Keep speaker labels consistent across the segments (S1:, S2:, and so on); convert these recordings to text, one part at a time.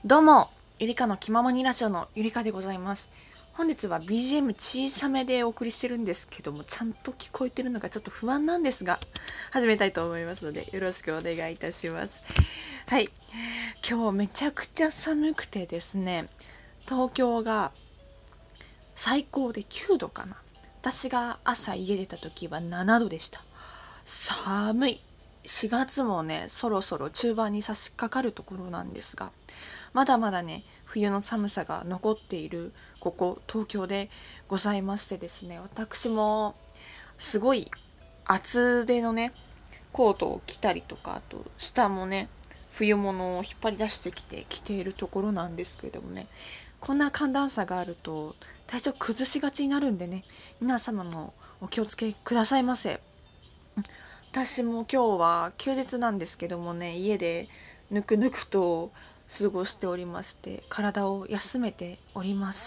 S1: どうも、ゆりかの気ままにラジオのゆりかでございます。本日は BGM 小さめでお送りしてるんですけども、ちゃんと聞こえてるのがちょっと不安なんですが、始めたいと思いますので、よろしくお願いいたします。はい。今日めちゃくちゃ寒くてですね、東京が最高で9度かな。私が朝家出た時は7度でした。寒い。4月もね、そろそろ中盤に差し掛かるところなんですが、まだまだね、冬の寒さが残っているここ東京でございましてですね、私もすごい厚手のねコートを着たりとか、あと下もね冬物を引っ張り出してきて着ているところなんですけどもね、こんな寒暖差があると体調崩しがちになるんでね、皆様もお気をつけくださいませ。私も今日は休日なんですけどもね、家でぬくぬくと過ごしておりまして、体を休めております。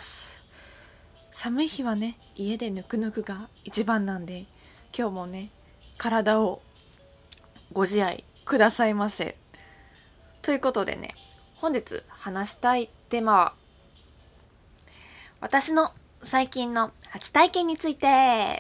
S1: 寒い日はね、家でぬくぬくが一番なんで、今日もね、体をご自愛くださいませ。ということでね、本日話したいテーマは、私の最近の初体験について。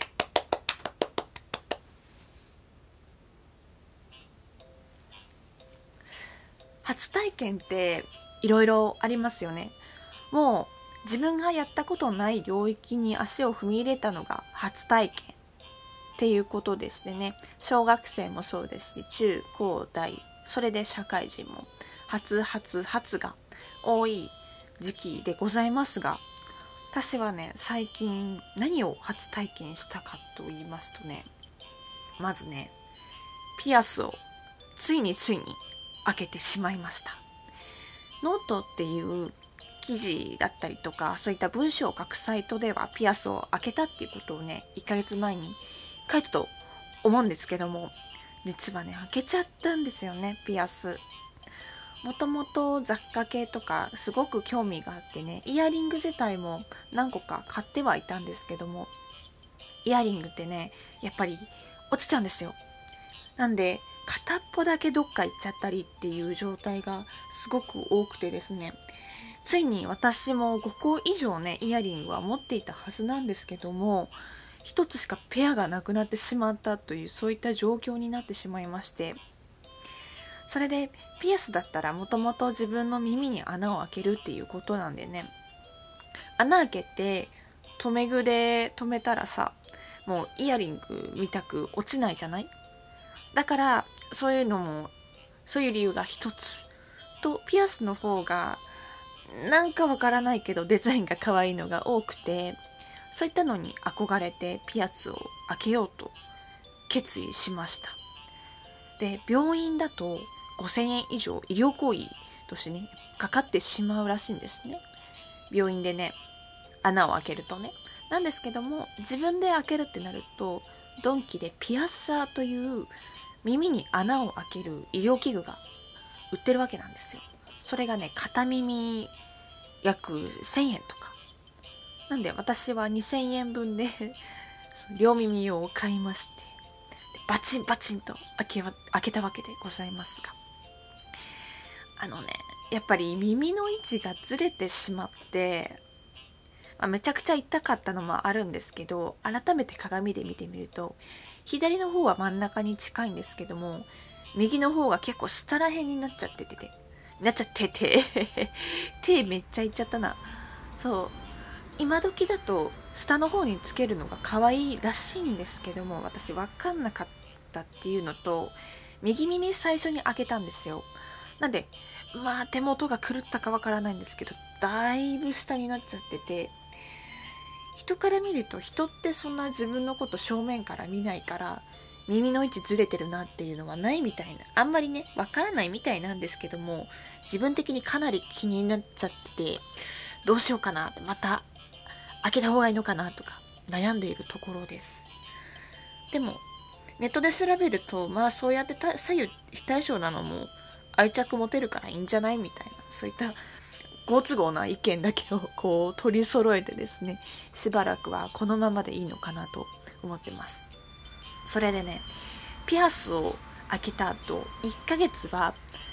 S1: 初体験っていろいろありますよね。もう自分がやったことない領域に足を踏み入れたのが初体験っていうことでしてね、小学生もそうですし、中高大、それで社会人も初が多い時期でございますが、私はね、最近何を初体験したかと言いますとね、まずね、ピアスをついに開けてしまいました。ノートっていう記事だったりとか、そういった文章を書くサイトではピアスを開けたっていうことをね、1ヶ月前に書いたと思うんですけども、実はね、開けちゃったんですよね、ピアス。もともと雑貨系とかすごく興味があってね、イヤリング自体も何個か買ってはいたんですけども、イヤリングってね、やっぱり落ちちゃうんですよ。なんで片っぽだけどっか行っちゃったりっていう状態がすごく多くてですね、ついに私も5個以上ねイヤリングは持っていたはずなんですけども、一つしかペアがなくなってしまったという、そういった状況になってしまいまして、それでピアスだったらもともと自分の耳に穴を開けるっていうことなんでね、穴開けて留め具で留めたらさ、もうイヤリングみたく落ちないじゃない。だからそういうのも、そういう理由が一つと、ピアスの方がなんかわからないけどデザインが可愛いのが多くて、そういったのに憧れてピアスを開けようと決意しました。で、病院だと5000円以上医療行為としてねかかってしまうらしいんですね。病院でね穴を開けるとね。なんですけども、自分で開けるってなると、ドンキでピアッサーという耳に穴を開ける医療器具が売ってるわけなんですよ。それがね、片耳約1000円とか。なんで私は2000円分で両耳を買いまして、バチンバチンと開けたわけでございますが、やっぱり耳の位置がずれてしまって、めちゃくちゃ痛かったのもあるんですけど、改めて鏡で見てみると、左の方は真ん中に近いんですけども、右の方が結構下ら辺になっちゃってて、手めっちゃいっちゃったな。そう。今時だと下の方につけるのが可愛いらしいんですけども、私分かんなかったっていうのと、右耳最初に開けたんですよ。なんで、手元が狂ったかわからないんですけど、だいぶ下になっちゃってて、人から見ると、人ってそんな自分のこと正面から見ないから耳の位置ずれてるなっていうのはないみたいな、あんまりねわからないみたいなんですけども、自分的にかなり気になっちゃってて、どうしようかなって、また開けた方がいいのかなとか悩んでいるところです。でもネットで調べると、そうやって左右非対称なのも愛着持てるからいいんじゃないみたいな、そういった好都合な意見だけをこう取り揃えてですね、しばらくはこのままでいいのかなと思ってます。それでね、ピアスを開けた後1ヶ月は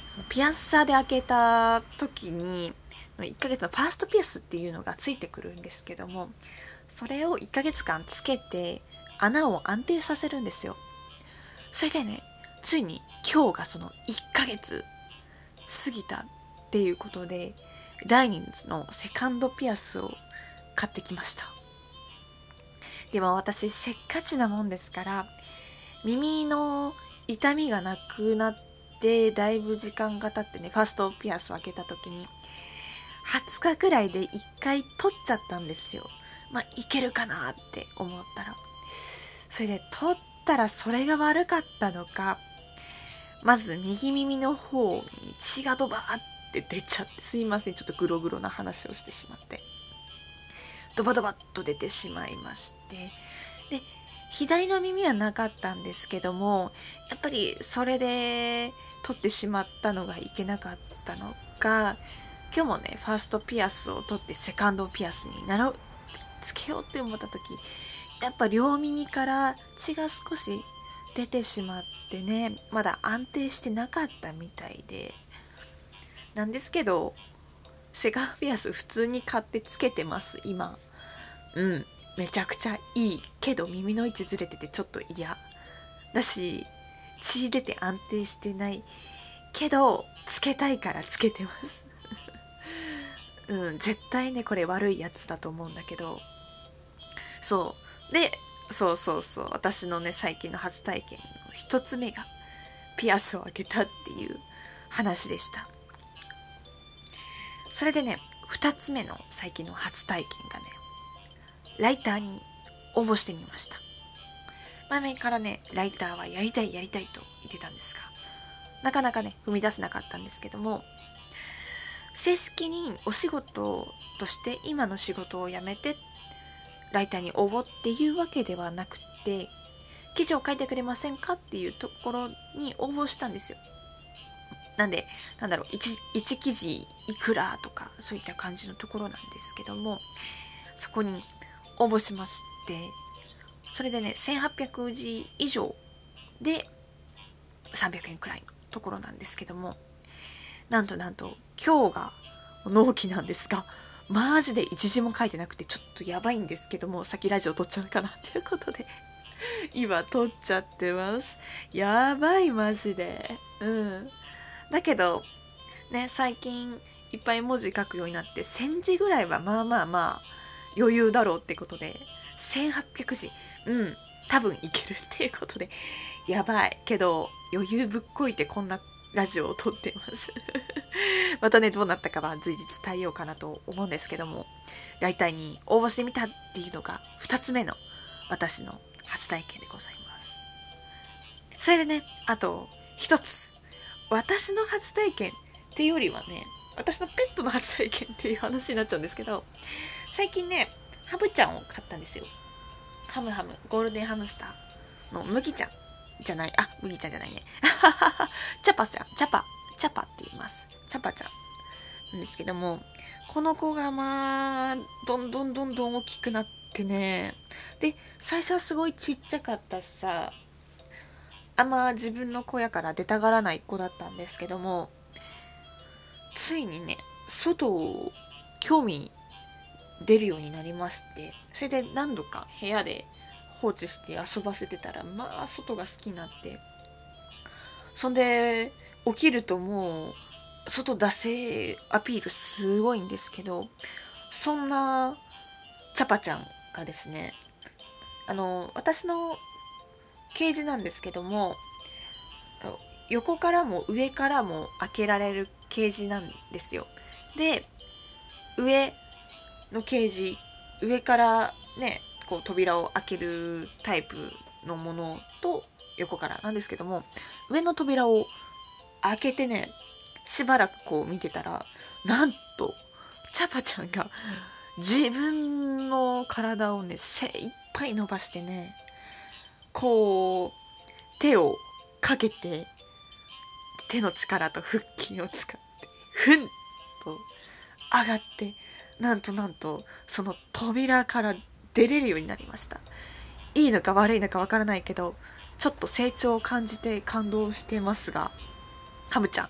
S1: そのピアッサーで開けた時に1ヶ月のファーストピアスっていうのがついてくるんですけども、それを1ヶ月間つけて穴を安定させるんですよ。それでね、ついに今日がその1ヶ月過ぎたっていうことで、第2のセカンドピアスを買ってきました。でも私せっかちなもんですから、耳の痛みがなくなってだいぶ時間が経ってね、ファーストピアスを開けた時に20日くらいで1回取っちゃったんですよ。いけるかなって思ったら、それで取ったらそれが悪かったのか、まず右耳の方に血がドバーって出ちゃって、すいません、ちょっとグログロな話をしてしまって、ドバドバっと出てしまいまして、で左の耳はなかったんですけども、やっぱりそれで取ってしまったのがいけなかったのか、今日もねファーストピアスを取ってセカンドピアスにつけようって思った時、やっぱ両耳から血が少し出てしまってね、まだ安定してなかったみたいで、なんですけどセカンドピアス普通に買ってつけてます今。めちゃくちゃいいけど耳の位置ずれててちょっと嫌だし、血出て安定してないけどつけたいからつけてます絶対ねこれ悪いやつだと思うんだけど、そう私のね最近の初体験の一つ目がピアスを開けたっていう話でした。それでね、二つ目の最近の初体験がね、ライターに応募してみました。前々からねライターはやりたいと言ってたんですが、なかなかね踏み出せなかったんですけども、正式にお仕事として今の仕事を辞めてライターに応募っていうわけではなくて、記事を書いてくれませんかっていうところに応募したんですよ。なんで1記事いくらとかそういった感じのところなんですけども、そこに応募しまして、それでね1800字以上で300円くらいのところなんですけども、なんと今日が納期なんですが、マジで一字も書いてなくてちょっとやばいんですけども、先ラジオ撮っちゃうかなっていうことで今撮っちゃってます。やばいマジで。だけどね、最近いっぱい文字書くようになって1000字ぐらいはまあ余裕だろうってことで、1800字多分いけるっていうことで、やばいけど余裕ぶっこいてこんなラジオを撮ってますまたねどうなったかは随時伝えようかなと思うんですけども、ライターに応募してみたっていうのが2つ目の私の初体験でございます。それでね、あと一つ、私の初体験っていうよりはね、私のペットの初体験っていう話になっちゃうんですけど、最近ねハムちゃんを買ったんですよ。ハムゴールデンハムスターの麦ちゃんじゃない、麦ちゃんじゃないねチャパって言います。チャパちゃんなんですけども、この子がどんどん大きくなってね、で最初はすごいちっちゃかったしさ、自分の子やから出たがらない子だったんですけども、ついにね外を興味出るようになりまして、それで何度か部屋で放置して遊ばせてたら外が好きになって、そんで起きるともう外出せアピールすごいんですけど、そんなチャパちゃんがですね、私のケージなんですけども、横からも上からも開けられるケージなんですよ。で上のケージ、上からねこう扉を開けるタイプのものと横からなんですけども、上の扉を開けてねしばらくこう見てたら、なんとチャパちゃんが自分の体をね精一杯伸ばしてね、こう手をかけて、手の力と腹筋を使ってふんと上がって、なんとその扉から出れるようになりました。いいのか悪いのかわからないけど、ちょっと成長を感じて感動してますが、ハムちゃん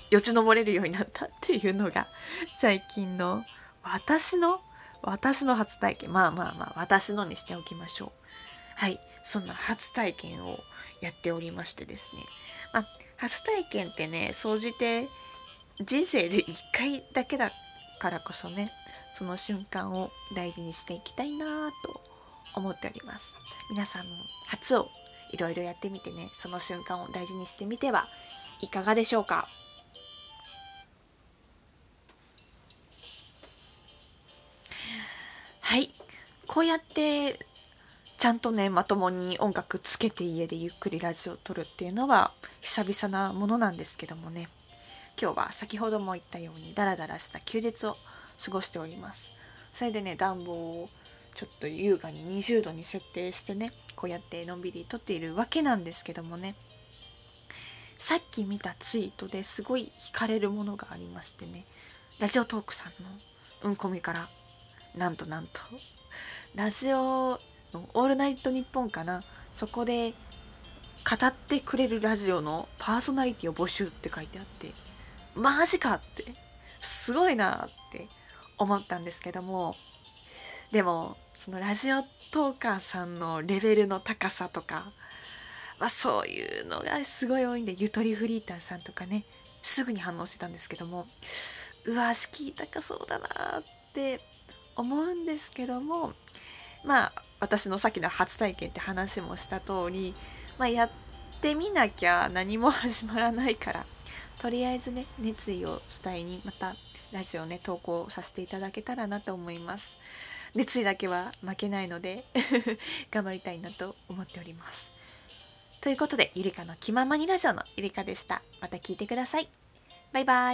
S1: よじ登れるようになったっていうのが最近の私の初体験。まあ私のにしておきましょう。はい、そんな初体験をやっておりましてですね、初体験ってね、総じて人生で一回だけだからこそね、その瞬間を大事にしていきたいなと思っております。皆さんも初をいろいろやってみてね、その瞬間を大事にしてみてはいかがでしょうか。はい、こうやってちゃんとね、まともに音楽つけて家でゆっくりラジオを撮るっていうのは久々なものなんですけどもね、今日は先ほども言ったようにダラダラした休日を過ごしております。それでね、暖房をちょっと優雅に20度に設定してね、こうやってのんびり撮っているわけなんですけどもね、さっき見たツイートですごい惹かれるものがありましてね、ラジオトークさんのうんこみからなんとラジオのオールナイトニッポンかな、そこで語ってくれるラジオのパーソナリティを募集って書いてあって、マジかってすごいなって思ったんですけども、でもそのラジオトーカーさんのレベルの高さとか、そういうのがすごい多いんで、ゆとりフリーターさんとかね、すぐに反応してたんですけども、敷居高そうだなって思うんですけども、私のさっきの初体験って話もした通り、やってみなきゃ何も始まらないから、とりあえずね、熱意を伝えにまたラジオね、投稿させていただけたらなと思います。熱意だけは負けないので頑張りたいなと思っております。ということで、ゆりかの気ままにラジオのゆりかでした。また聞いてください。バイバイ。